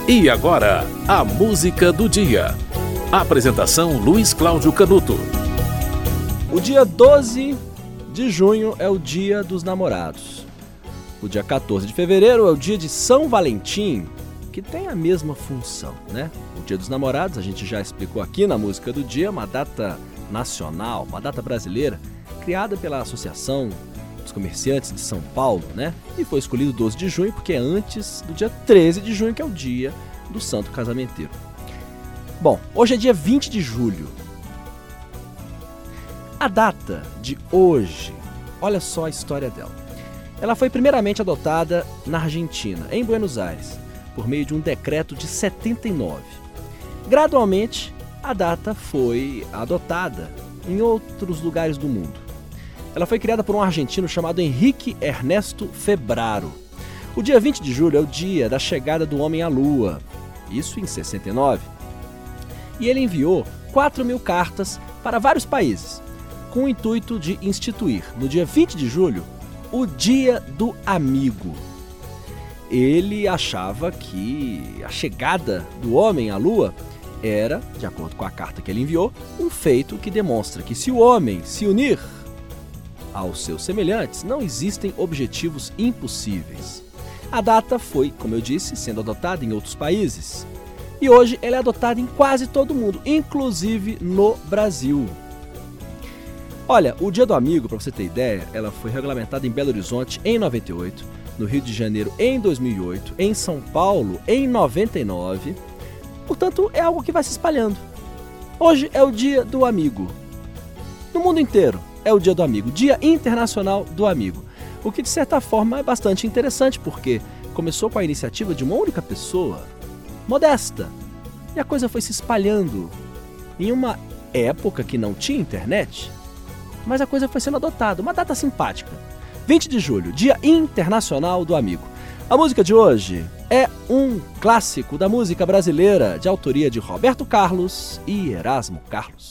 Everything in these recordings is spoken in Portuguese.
E agora, a música do dia. Apresentação Luiz Cláudio Canuto. O dia 12 de junho é o dia dos namorados. O dia 14 de fevereiro é o dia de São Valentim, que tem a mesma função, né? O dia dos namorados, a gente já explicou aqui na música do dia, uma data nacional, uma data brasileira, criada pela Associação dos Comerciantes de São Paulo, né? E foi escolhido 12 de junho porque é antes do dia 13 de junho, que é o dia do Santo Casamenteiro. Bom, hoje é dia 20 de julho. A data de hoje, olha só a história dela. Ela foi primeiramente adotada na Argentina, em Buenos Aires, por meio de um decreto de 79. Gradualmente, a data foi adotada em outros lugares do mundo. Ela foi criada por um argentino chamado Henrique Ernesto Febraro. O dia 20 de julho é o dia da chegada do homem à Lua, isso em 69. E ele enviou 4.000 cartas para vários países, com o intuito de instituir, no dia 20 de julho, o Dia do Amigo. Ele achava que a chegada do homem à Lua era, de acordo com a carta que ele enviou, um feito que demonstra que se o homem se unir aos seus semelhantes, não existem objetivos impossíveis. A data foi, como eu disse, sendo adotada em outros países. E hoje ela é adotada em quase todo mundo, inclusive no Brasil. Olha, o Dia do Amigo, para você ter ideia, ela foi regulamentada em Belo Horizonte em 98, no Rio de Janeiro em 2008, em São Paulo em 99. Portanto, é algo que vai se espalhando. Hoje é o Dia do Amigo. No mundo inteiro é o Dia do Amigo, Dia Internacional do Amigo. O que, de certa forma, é bastante interessante, porque começou com a iniciativa de uma única pessoa, modesta, e a coisa foi se espalhando. Em uma época que não tinha internet, mas a coisa foi sendo adotada, uma data simpática. 20 de julho, Dia Internacional do Amigo. A música de hoje é um clássico da música brasileira, de autoria de Roberto Carlos e Erasmo Carlos.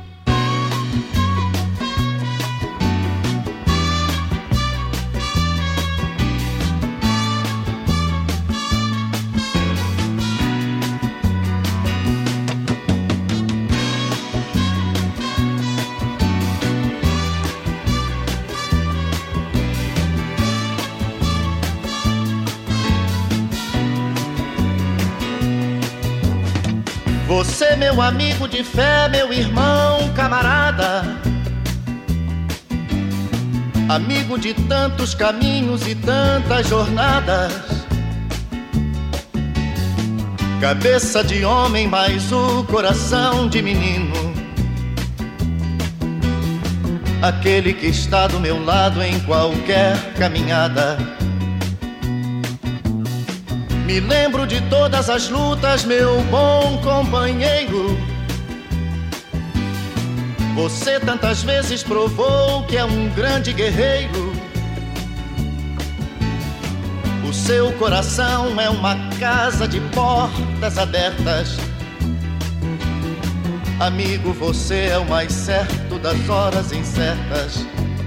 Você, meu amigo de fé, meu irmão, camarada, amigo de tantos caminhos e tantas jornadas, cabeça de homem, mas o coração de menino, aquele que está do meu lado em qualquer caminhada. Me lembro de todas as lutas, meu bom companheiro. Você tantas vezes provou que é um grande guerreiro. O seu coração é uma casa de portas abertas. Amigo, você é o mais certo das horas incertas.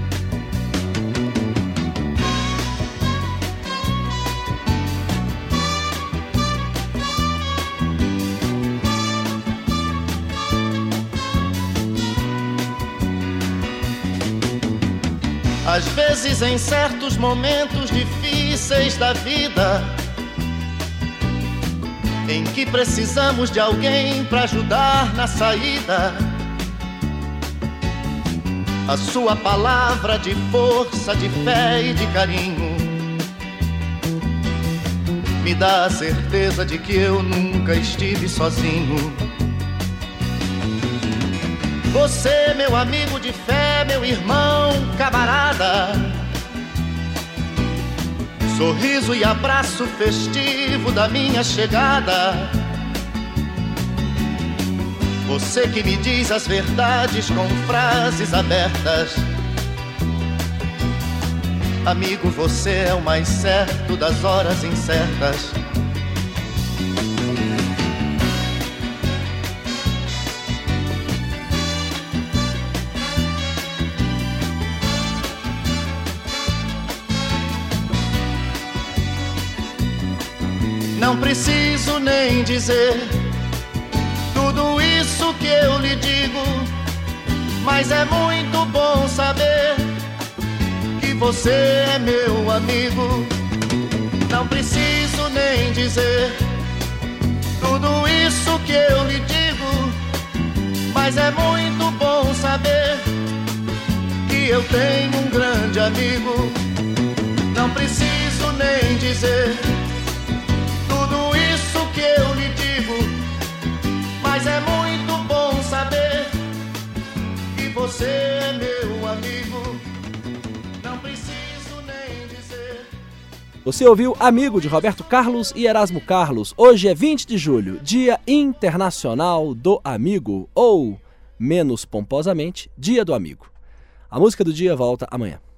Às vezes, em certos momentos difíceis da vida, em que precisamos de alguém para ajudar na saída, a sua palavra de força, de fé e de carinho me dá a certeza de que eu nunca estive sozinho. Você, meu amigo de fé, meu irmão, camarada, sorriso e abraço festivo da minha chegada. Você que me diz as verdades com frases abertas. Amigo, você é o mais certo das horas incertas. Não preciso nem dizer tudo isso que eu lhe digo, mas é muito bom saber que você é meu amigo. Não preciso nem dizer tudo isso que eu lhe digo, mas é muito bom saber que eu tenho um grande amigo. Não preciso nem dizer tudo isso que eu lhe digo, mas é muito bom saber que você é meu amigo. Não preciso nem dizer. Você ouviu Amigo, de Roberto Carlos e Erasmo Carlos. Hoje é 20 de julho, Dia Internacional do Amigo, ou, menos pomposamente, Dia do Amigo. A música do dia volta amanhã.